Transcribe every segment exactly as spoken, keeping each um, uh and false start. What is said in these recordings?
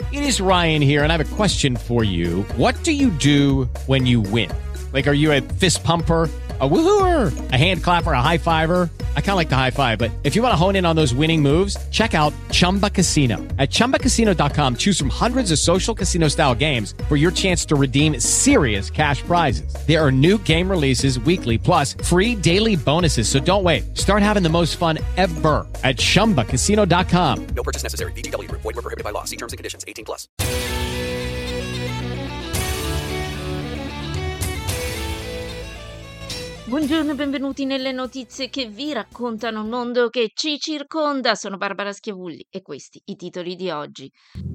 It is Ryan here, and I have a question for you. What do you do when you win? Like, are you a fist pumper, a woohooer, a hand clapper, a high fiver? I kind of like the high five, but if you want to hone in on those winning moves, check out Chumba Casino. At chumba casino dot com, choose from hundreds of social casino style games for your chance to redeem serious cash prizes. There are new game releases weekly, plus free daily bonuses. So don't wait. Start having the most fun ever at chumba casino dot com. No purchase necessary. V G W Group. Void where prohibited by law. See terms and conditions. eighteen plus. Buongiorno e benvenuti nelle notizie che vi raccontano il mondo che ci circonda. Sono Barbara Schiavulli e questi i titoli di oggi.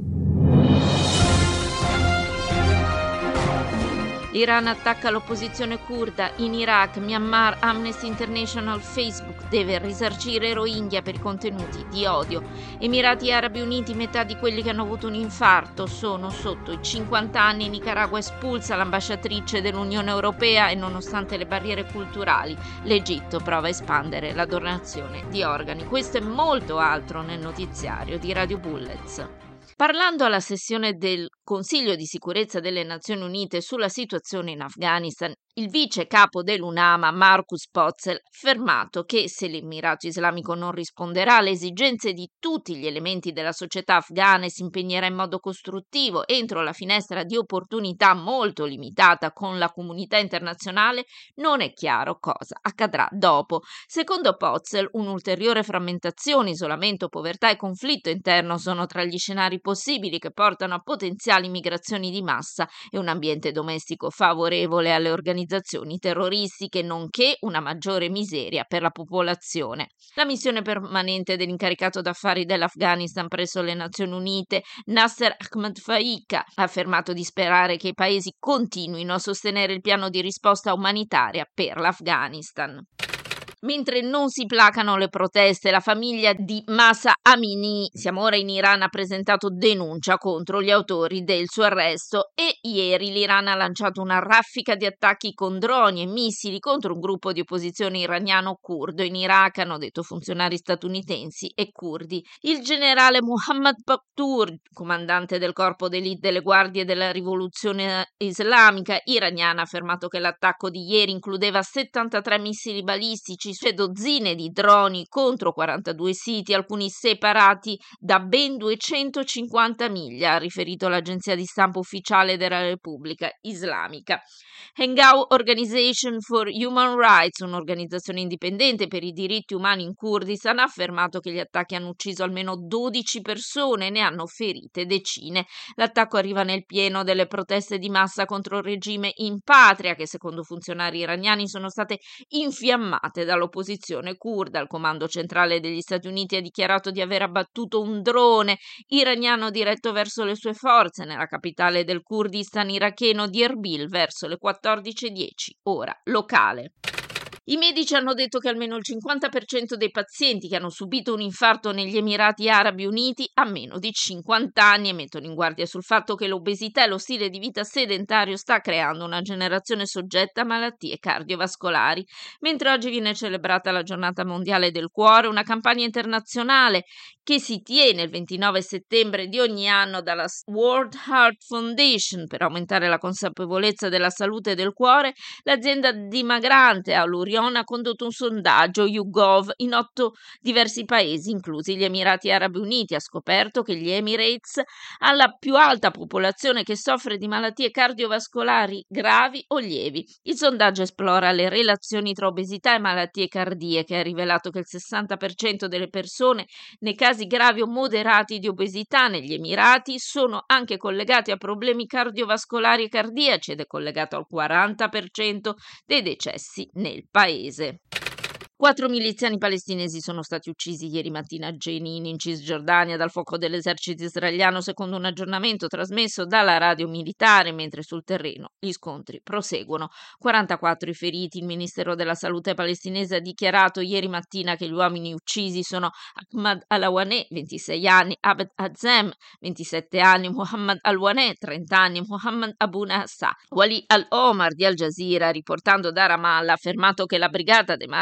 L'Iran attacca l'opposizione curda in Iraq, Myanmar, Amnesty International, Facebook deve risarcire Rohingya per i contenuti di odio. Emirati Arabi Uniti, metà di quelli che hanno avuto un infarto sono sotto i cinquanta anni. Nicaragua espulsa l'ambasciatrice dell'Unione Europea e nonostante le barriere culturali l'Egitto prova a espandere la donazione di organi. Questo e molto altro nel notiziario di Radio Bullets. Parlando alla sessione del Consiglio di sicurezza delle Nazioni Unite sulla situazione in Afghanistan, il vice capo dell'UNAMA, Marcus Potzel, ha affermato che se l'Emirato Islamico non risponderà alle esigenze di tutti gli elementi della società afghana e si impegnerà in modo costruttivo entro la finestra di opportunità molto limitata con la comunità internazionale, non è chiaro cosa accadrà dopo. Secondo Potzel, un'ulteriore frammentazione, isolamento, povertà e conflitto interno sono tra gli scenari possibili che portano a potenziali migrazioni di massa e un ambiente domestico favorevole alle organizzazioni terroristiche, nonché una maggiore miseria per la popolazione. La missione permanente dell'incaricato d'affari dell'Afghanistan presso le Nazioni Unite, Nasser Ahmad Faika, ha affermato di sperare che i paesi continuino a sostenere il piano di risposta umanitaria per l'Afghanistan. Mentre non si placano le proteste, la famiglia di Mahsa Amini, siamo ora in Iran, ha presentato denuncia contro gli autori del suo arresto e ieri l'Iran ha lanciato una raffica di attacchi con droni e missili contro un gruppo di opposizione iraniano-curdo in Iraq, hanno detto funzionari statunitensi e curdi. Il generale Muhammad Bakhtur, comandante del corpo d'élite delle guardie della rivoluzione islamica iraniana, ha affermato che l'attacco di ieri includeva settantatré missili balistici e dozzine di droni contro quarantadue siti, alcuni separati da ben duecentocinquanta miglia, ha riferito l'agenzia di stampa ufficiale della Repubblica Islamica. Hengau Organization for Human Rights, un'organizzazione indipendente per i diritti umani in Kurdistan, ha affermato che gli attacchi hanno ucciso almeno dodici persone e ne hanno ferite decine. L'attacco arriva nel pieno delle proteste di massa contro il regime in patria, che secondo funzionari iraniani sono state infiammate dall'opposizione curda. Il comando centrale degli Stati Uniti ha dichiarato di aver abbattuto un drone iraniano diretto verso le sue forze nella capitale del Kurdistan iracheno di Erbil verso le quattordici e dieci ora locale. I medici hanno detto che almeno il cinquanta per cento dei pazienti che hanno subito un infarto negli Emirati Arabi Uniti ha meno di cinquanta anni e mettono in guardia sul fatto che l'obesità e lo stile di vita sedentario sta creando una generazione soggetta a malattie cardiovascolari. Mentre oggi viene celebrata la Giornata Mondiale del Cuore, una campagna internazionale che si tiene il ventinove settembre di ogni anno dalla World Heart Foundation per aumentare la consapevolezza della salute del cuore, l'azienda dimagrante Allurion ha condotto un sondaggio YouGov in otto diversi paesi, inclusi gli Emirati Arabi Uniti. Ha scoperto che gli Emirates hanno la più alta popolazione che soffre di malattie cardiovascolari gravi o lievi. Il sondaggio esplora le relazioni tra obesità e malattie cardiache e ha rivelato che il sessanta per cento delle persone nei casi gravi o moderati di obesità negli Emirati sono anche collegati a problemi cardiovascolari e cardiaci ed è collegato al quaranta per cento dei decessi nel paese. Quattro miliziani palestinesi sono stati uccisi ieri mattina a Jenin, in Cisgiordania, dal fuoco dell'esercito israeliano, secondo un aggiornamento trasmesso dalla radio militare, mentre sul terreno gli scontri proseguono. quarantaquattro i feriti. Il Ministero della Salute palestinese ha dichiarato ieri mattina che gli uomini uccisi sono Ahmad Al-Awaneh, ventisei anni, Abed Azem, ventisette anni, Muhammad Al-Waneh, trenta anni, Muhammad Abu Nassa. Wali Al-Omar di Al Jazeera, riportando da Ramallah, ha affermato che la brigata dei martiri di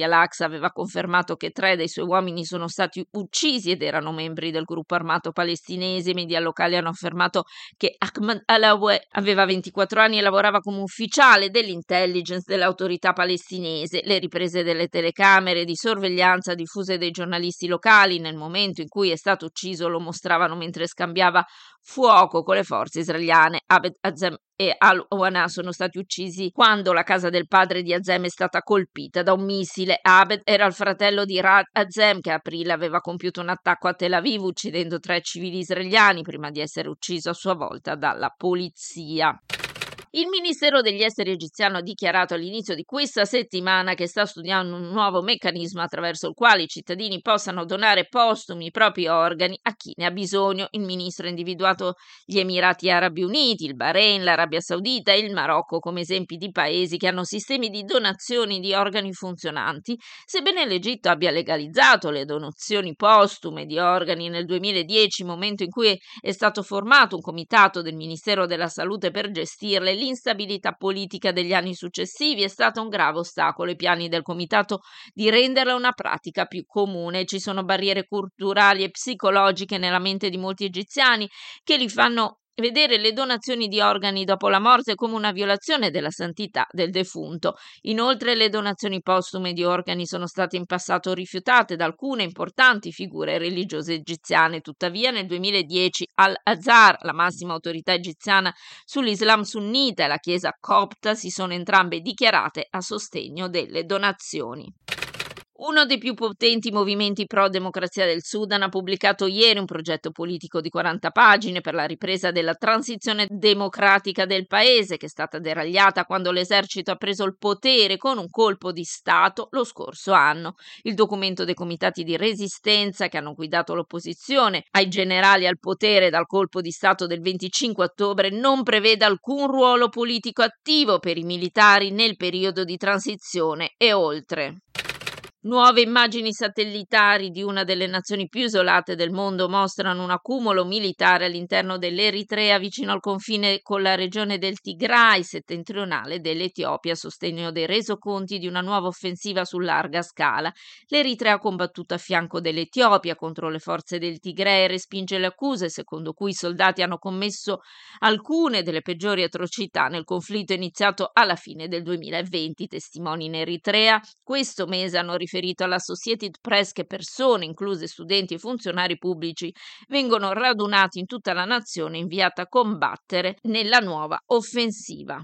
al-Aqsa aveva confermato che tre dei suoi uomini sono stati uccisi ed erano membri del gruppo armato palestinese. I media locali hanno affermato che Ahmad Alawi aveva ventiquattro anni e lavorava come ufficiale dell'intelligence dell'autorità palestinese. Le riprese delle telecamere di sorveglianza diffuse dai giornalisti locali nel momento in cui è stato ucciso lo mostravano mentre scambiava fuoco con le forze israeliane. Abed Azem e Al-Wana sono stati uccisi quando la casa del padre di Azem è stata colpita da un missile. Abed era il fratello di Rad Azem, che a aprile aveva compiuto un attacco a Tel Aviv uccidendo tre civili israeliani prima di essere ucciso a sua volta dalla polizia. Il Ministero degli Esteri egiziano ha dichiarato all'inizio di questa settimana che sta studiando un nuovo meccanismo attraverso il quale i cittadini possano donare postumi i propri organi a chi ne ha bisogno. Il ministro ha individuato gli Emirati Arabi Uniti, il Bahrain, l'Arabia Saudita e il Marocco come esempi di paesi che hanno sistemi di donazioni di organi funzionanti, sebbene l'Egitto abbia legalizzato le donazioni postume di organi nel duemiladieci, momento in cui è stato formato un comitato del Ministero della Salute per gestirle. L'instabilità politica degli anni successivi è stata un grave ostacolo ai piani del comitato di renderla una pratica più comune. Ci sono barriere culturali e psicologiche nella mente di molti egiziani che li fanno vedere le donazioni di organi dopo la morte come una violazione della santità del defunto. Inoltre, le donazioni postume di organi sono state in passato rifiutate da alcune importanti figure religiose egiziane. Tuttavia, nel duemiladieci Al-Azhar, la massima autorità egiziana sull'Islam sunnita, e la Chiesa copta si sono entrambe dichiarate a sostegno delle donazioni. Uno dei più potenti movimenti pro-democrazia del Sudan ha pubblicato ieri un progetto politico di quaranta pagine per la ripresa della transizione democratica del paese, che è stata deragliata quando l'esercito ha preso il potere con un colpo di Stato lo scorso anno. Il documento dei comitati di resistenza che hanno guidato l'opposizione ai generali al potere dal colpo di Stato del venticinque ottobre non prevede alcun ruolo politico attivo per i militari nel periodo di transizione e oltre. Nuove immagini satellitari di una delle nazioni più isolate del mondo mostrano un accumulo militare all'interno dell'Eritrea vicino al confine con la regione del Tigray settentrionale dell'Etiopia a sostegno dei resoconti di una nuova offensiva su larga scala. L'Eritrea ha combattuto a fianco dell'Etiopia contro le forze del Tigray e respinge le accuse secondo cui i soldati hanno commesso alcune delle peggiori atrocità nel conflitto iniziato alla fine del duemilaventi. Testimoni in Eritrea questo mese hanno riferito alla Associated Press che persone, incluse studenti e funzionari pubblici, vengono radunati in tutta la nazione inviata a combattere nella nuova offensiva.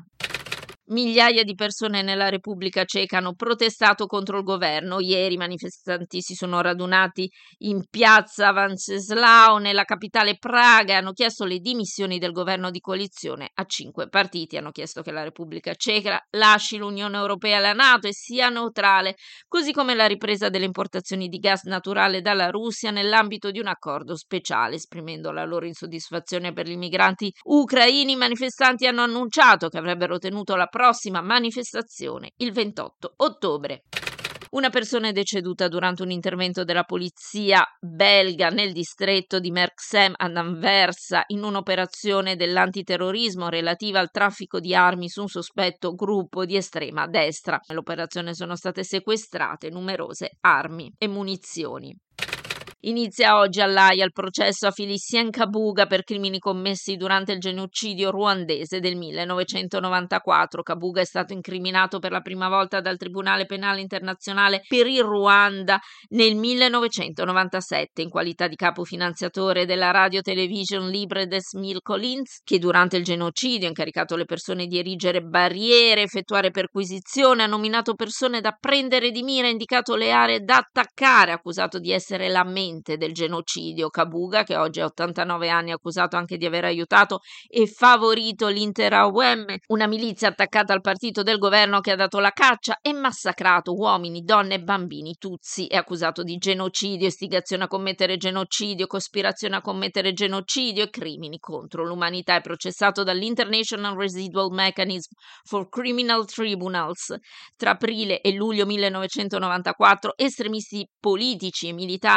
Migliaia di persone nella Repubblica Ceca hanno protestato contro il governo. Ieri i manifestanti si sono radunati in piazza Wenceslao nella capitale Praga e hanno chiesto le dimissioni del governo di coalizione a cinque partiti. Hanno chiesto che la Repubblica Ceca lasci l'Unione Europea e la NATO e sia neutrale, così come la ripresa delle importazioni di gas naturale dalla Russia nell'ambito di un accordo speciale. Esprimendo la loro insoddisfazione per gli migranti ucraini, i manifestanti hanno annunciato che avrebbero tenuto la prossima manifestazione il ventotto ottobre. Una persona è deceduta durante un intervento della polizia belga nel distretto di Merksem ad Anversa in un'operazione dell'antiterrorismo relativa al traffico di armi su un sospetto gruppo di estrema destra. Nell'operazione sono state sequestrate numerose armi e munizioni. Inizia oggi all'Aia il processo a Félicien Kabuga per crimini commessi durante il genocidio ruandese del millenovecentonovantaquattro. Kabuga è stato incriminato per la prima volta dal Tribunale Penale Internazionale per il Ruanda nel millenovecentonovantasette in qualità di capo finanziatore della Radio Television Libre des Mille Collines, che durante il genocidio ha incaricato le persone di erigere barriere, effettuare perquisizione, ha nominato persone da prendere di mira, ha indicato le aree da attaccare, accusato di essere la mente del genocidio. Kabuga, che oggi ha ottantanove anni, è accusato anche di aver aiutato e favorito l'Interahamwe, una milizia attaccata al partito del governo che ha dato la caccia e massacrato uomini, donne e bambini tutsi. È accusato di genocidio, istigazione a commettere genocidio, cospirazione a commettere genocidio e crimini contro l'umanità. È processato dall'International Residual Mechanism for Criminal Tribunals. Tra aprile e luglio millenovecentonovantaquattro estremisti politici e militari Houthi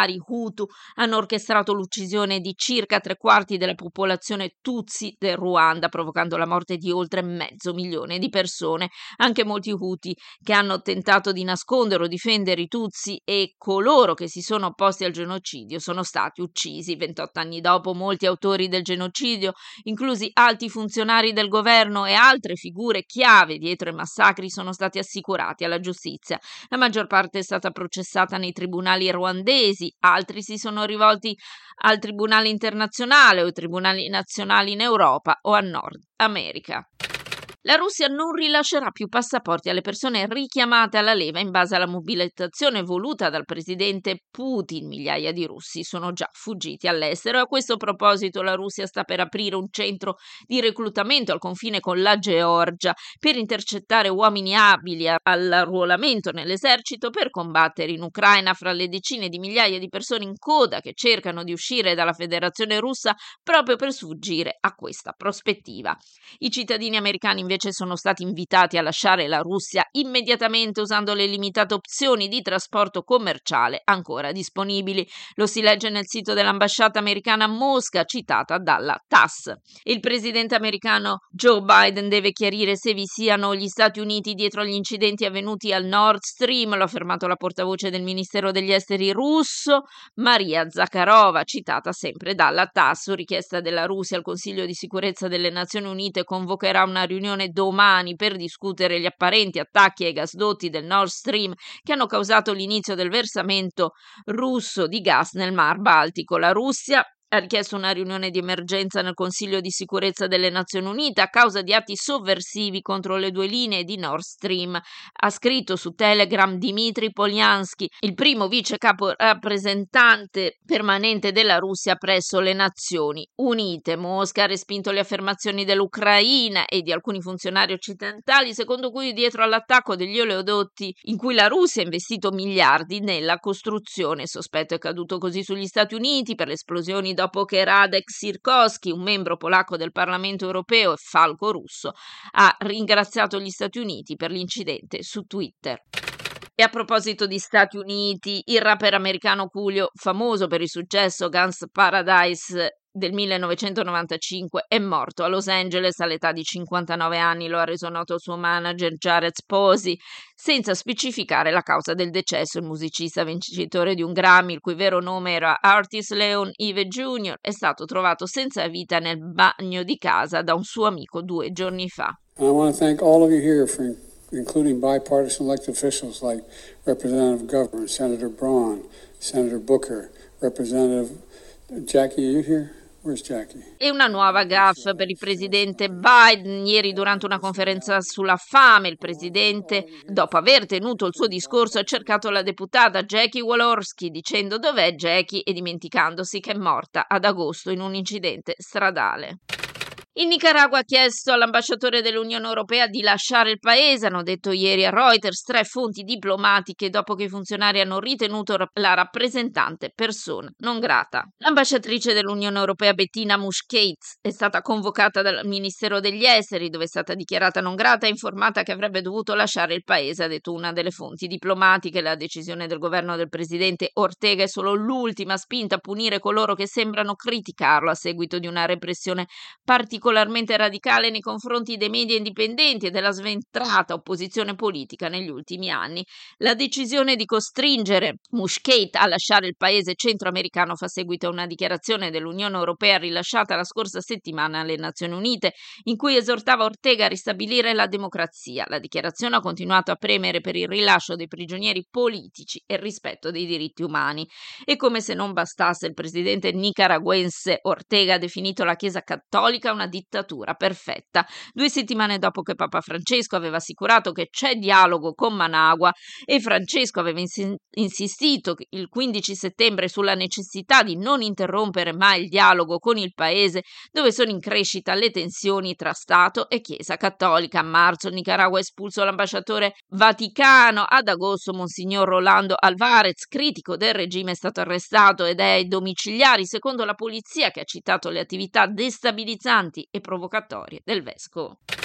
Hutu hanno orchestrato l'uccisione di circa tre quarti della popolazione Tutsi del Ruanda, provocando la morte di oltre mezzo milione di persone. Anche molti Huti che hanno tentato di nascondere o difendere i Tutsi e coloro che si sono opposti al genocidio sono stati uccisi. ventotto anni dopo, molti autori del genocidio, inclusi alti funzionari del governo e altre figure chiave dietro i massacri, sono stati assicurati alla giustizia. La maggior parte è stata processata nei tribunali ruandesi, altri si sono rivolti al Tribunale internazionale o ai tribunali nazionali in Europa o a Nord America. La Russia non rilascerà più passaporti alle persone richiamate alla leva in base alla mobilitazione voluta dal presidente Putin. Migliaia di russi sono già fuggiti all'estero e a questo proposito la Russia sta per aprire un centro di reclutamento al confine con la Georgia per intercettare uomini abili all'arruolamento nell'esercito per combattere in Ucraina. Fra le decine di migliaia di persone in coda che cercano di uscire dalla Federazione Russa proprio per sfuggire a questa prospettiva. I cittadini americani invece sono stati invitati a lasciare la Russia immediatamente usando le limitate opzioni di trasporto commerciale ancora disponibili. Lo si legge nel sito dell'ambasciata americana a Mosca, citata dalla T A S S. Il presidente americano Joe Biden deve chiarire se vi siano gli Stati Uniti dietro agli incidenti avvenuti al Nord Stream, lo ha affermato la portavoce del Ministero degli Esteri russo, Maria Zakharova, citata sempre dalla T A S S. Su richiesta della Russia, il Consiglio di sicurezza delle Nazioni Unite convocherà una riunione domani per discutere gli apparenti attacchi ai gasdotti del Nord Stream che hanno causato l'inizio del versamento russo di gas nel Mar Baltico. La Russia ha richiesto una riunione di emergenza nel Consiglio di sicurezza delle Nazioni Unite a causa di atti sovversivi contro le due linee di Nord Stream. Ha scritto su Telegram Dmitry Polyansky, il primo vice capo rappresentante permanente della Russia presso le Nazioni Unite. Mosca ha respinto le affermazioni dell'Ucraina e di alcuni funzionari occidentali secondo cui dietro all'attacco degli oleodotti in cui la Russia ha investito miliardi nella costruzione. Sospetto è caduto così sugli Stati Uniti per le esplosioni dopo che Radek Sirkowski, un membro polacco del Parlamento europeo e falco russo, ha ringraziato gli Stati Uniti per l'incidente su Twitter. E a proposito di Stati Uniti, il rapper americano Coolio, famoso per il successo Guns Paradise del millenovecentonovantacinque, è morto a Los Angeles all'età di cinquantanove anni, lo ha reso noto il suo manager Jared Posey, senza specificare la causa del decesso. Il musicista vincitore di un Grammy, il cui vero nome era Artis Leon Ive Junior, è stato trovato senza vita nel bagno di casa da un suo amico due giorni fa. I want to thank all of you here for including bipartisan elected officials like Representative Governor, Senator Braun, Senator Booker, Representative Jackie, are you here? Where's Jackie? E una nuova gaffe per il presidente Biden. Ieri, durante una conferenza sulla fame, il presidente, dopo aver tenuto il suo discorso, ha cercato la deputata Jackie Walorski dicendo dov'è Jackie e dimenticandosi che è morta ad agosto in un incidente stradale. Il Nicaragua ha chiesto all'ambasciatore dell'Unione Europea di lasciare il paese, hanno detto ieri a Reuters tre fonti diplomatiche dopo che i funzionari hanno ritenuto la rappresentante persona non grata. L'ambasciatrice dell'Unione Europea Bettina Musquets è stata convocata dal Ministero degli Esteri, dove è stata dichiarata non grata e informata che avrebbe dovuto lasciare il paese, ha detto una delle fonti diplomatiche. La decisione del governo del presidente Ortega è solo l'ultima spinta a punire coloro che sembrano criticarlo a seguito di una repressione particolare particolarmente radicale nei confronti dei media indipendenti e della sventrata opposizione politica negli ultimi anni. La decisione di costringere Musquet a lasciare il paese centroamericano fa seguito a una dichiarazione dell'Unione Europea rilasciata la scorsa settimana alle Nazioni Unite, in cui esortava Ortega a ristabilire la democrazia. La dichiarazione ha continuato a premere per il rilascio dei prigionieri politici e il rispetto dei diritti umani. E come se non bastasse, il presidente nicaraguense Ortega ha definito la Chiesa cattolica una dittatura perfetta. Due settimane dopo che Papa Francesco aveva assicurato che c'è dialogo con Managua e Francesco aveva ins- insistito il quindici settembre sulla necessità di non interrompere mai il dialogo con il paese, dove sono in crescita le tensioni tra Stato e Chiesa cattolica. A marzo il Nicaragua ha espulso l'ambasciatore vaticano. Ad agosto Monsignor Rolando Alvarez, critico del regime, è stato arrestato ed è ai domiciliari, secondo la polizia, che ha citato le attività destabilizzanti e provocatorie del vescovo.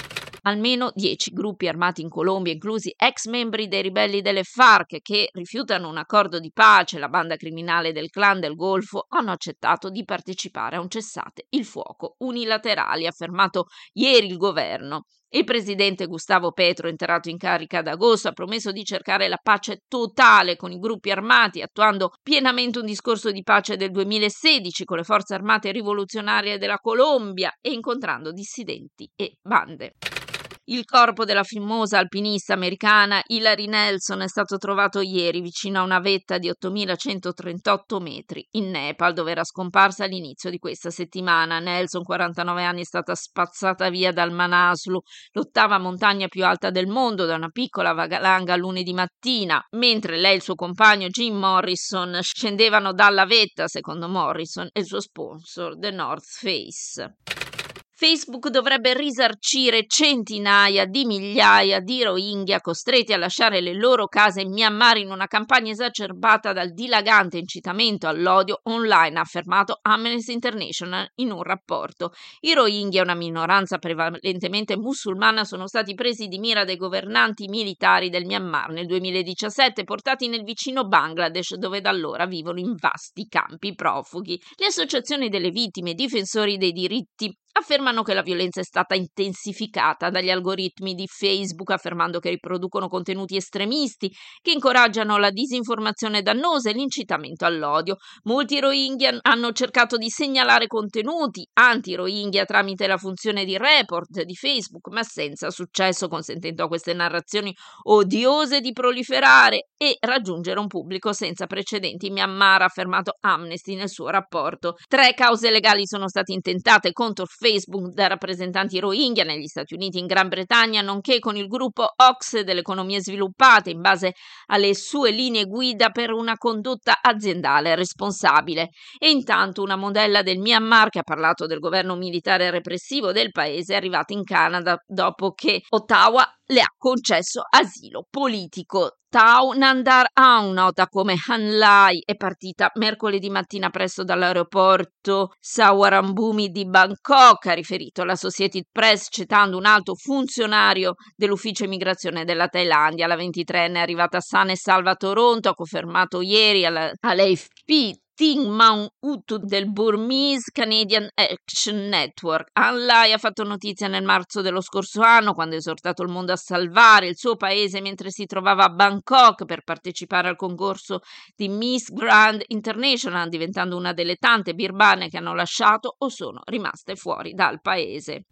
Almeno dieci gruppi armati in Colombia, inclusi ex membri dei ribelli delle FARC che rifiutano un accordo di pace, la banda criminale del clan del Golfo, hanno accettato di partecipare a un cessate il fuoco unilaterale, ha affermato ieri il governo. Il presidente Gustavo Petro, entrato in carica ad agosto, ha promesso di cercare la pace totale con i gruppi armati, attuando pienamente un discorso di pace del duemilasedici con le forze armate rivoluzionarie della Colombia e incontrando dissidenti e bande. Il corpo della famosa alpinista americana Hilary Nelson è stato trovato ieri vicino a una vetta di ottomilacentotrentotto metri in Nepal, dove era scomparsa all'inizio di questa settimana. Nelson, quarantanove anni, è stata spazzata via dal Manaslu, l'ottava montagna più alta del mondo, da una piccola valanga lunedì mattina, mentre lei e il suo compagno Jim Morrison scendevano dalla vetta, secondo Morrison e il suo sponsor, The North Face. Facebook dovrebbe risarcire centinaia di migliaia di Rohingya costretti a lasciare le loro case in Myanmar in una campagna esacerbata dal dilagante incitamento all'odio online, ha affermato Amnesty International in un rapporto. I Rohingya, una minoranza prevalentemente musulmana, sono stati presi di mira dai governanti militari del Myanmar nel duemiladiciassette e portati nel vicino Bangladesh, dove da allora vivono in vasti campi profughi. Le associazioni delle vittime e difensori dei diritti affermano che la violenza è stata intensificata dagli algoritmi di Facebook, affermando che riproducono contenuti estremisti che incoraggiano la disinformazione dannosa e l'incitamento all'odio. Molti Rohingya hanno cercato di segnalare contenuti anti-Rohingya tramite la funzione di report di Facebook, ma senza successo, consentendo a queste narrazioni odiose di proliferare e raggiungere un pubblico senza precedenti in Myanmar, ha affermato Amnesty nel suo rapporto. Tre cause legali sono state intentate contro Facebook da rappresentanti Rohingya negli Stati Uniti e in Gran Bretagna, nonché con il gruppo O C S E delle economie sviluppate, in base alle sue linee guida per una condotta aziendale responsabile. E intanto una modella del Myanmar, che ha parlato del governo militare repressivo del paese, è arrivata in Canada dopo che Ottawa le ha concesso asilo politico. Thao Nandar Aung, nota come Han Lai, è partita mercoledì mattina presto dall'aeroporto Sawarambhumi di Bangkok, ha riferito all'Associated Press citando un alto funzionario dell'ufficio immigrazione della Thailandia. La ventitreenne è arrivata sana e salva a Toronto, ha confermato ieri all'A F P Ting Maung Utu del Burmese Canadian Action Network. Han Lai ha fatto notizia nel marzo dello scorso anno, quando ha esortato il mondo a salvare il suo paese mentre si trovava a Bangkok per partecipare al concorso di Miss Grand International, diventando una delle tante birmane che hanno lasciato o sono rimaste fuori dal paese.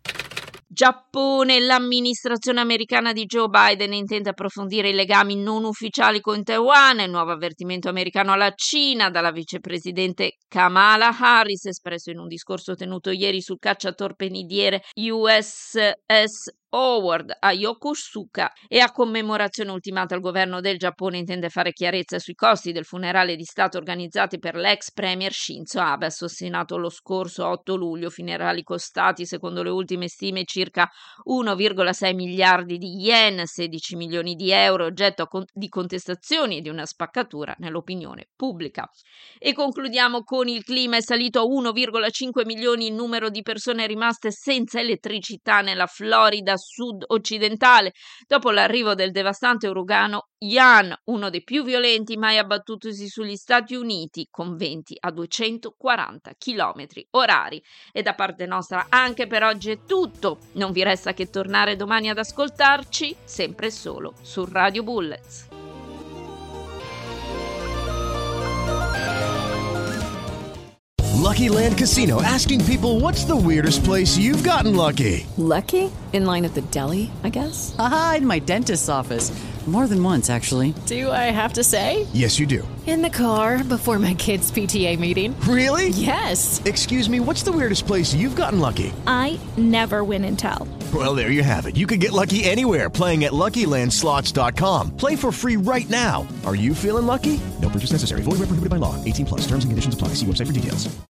Giappone. L'amministrazione americana di Joe Biden intende approfondire i legami non ufficiali con Taiwan. Il nuovo avvertimento americano alla Cina dalla vicepresidente Kamala Harris, espresso in un discorso tenuto ieri sul cacciatorpediniere U S S Howard a Yokosuka, e a commemorazione ultimata il governo del Giappone intende fare chiarezza sui costi del funerale di Stato organizzati per l'ex premier Shinzo Abe, assassinato lo scorso otto luglio, funerali costati secondo le ultime stime circa uno virgola sei miliardi di yen, sedici milioni di euro, oggetto di contestazioni e di una spaccatura nell'opinione pubblica. E concludiamo con il clima. È salito a uno virgola cinque milioni il numero di persone rimaste senza elettricità nella Florida sud-occidentale dopo l'arrivo del devastante uragano Ian, uno dei più violenti mai abbattutosi sugli Stati Uniti, con venti a duecentoquaranta chilometri orari. E da parte nostra anche per oggi è tutto. Non vi resta che tornare domani ad ascoltarci, sempre solo su Radio Bullets. Lucky Land Casino, asking people, what's the weirdest place you've gotten lucky? Lucky? In line at the deli, I guess? Aha, in my dentist's office. More than once, actually. Do I have to say? Yes, you do. In the car before my kids' P T A meeting. Really? Yes. Excuse me, what's the weirdest place you've gotten lucky? I never win and tell. Well, there you have it. You can get lucky anywhere, playing at Lucky Land Slots dot com. Play for free right now. Are you feeling lucky? No purchase necessary. Void where prohibited by law. eighteen plus. Terms and conditions apply. See website for details.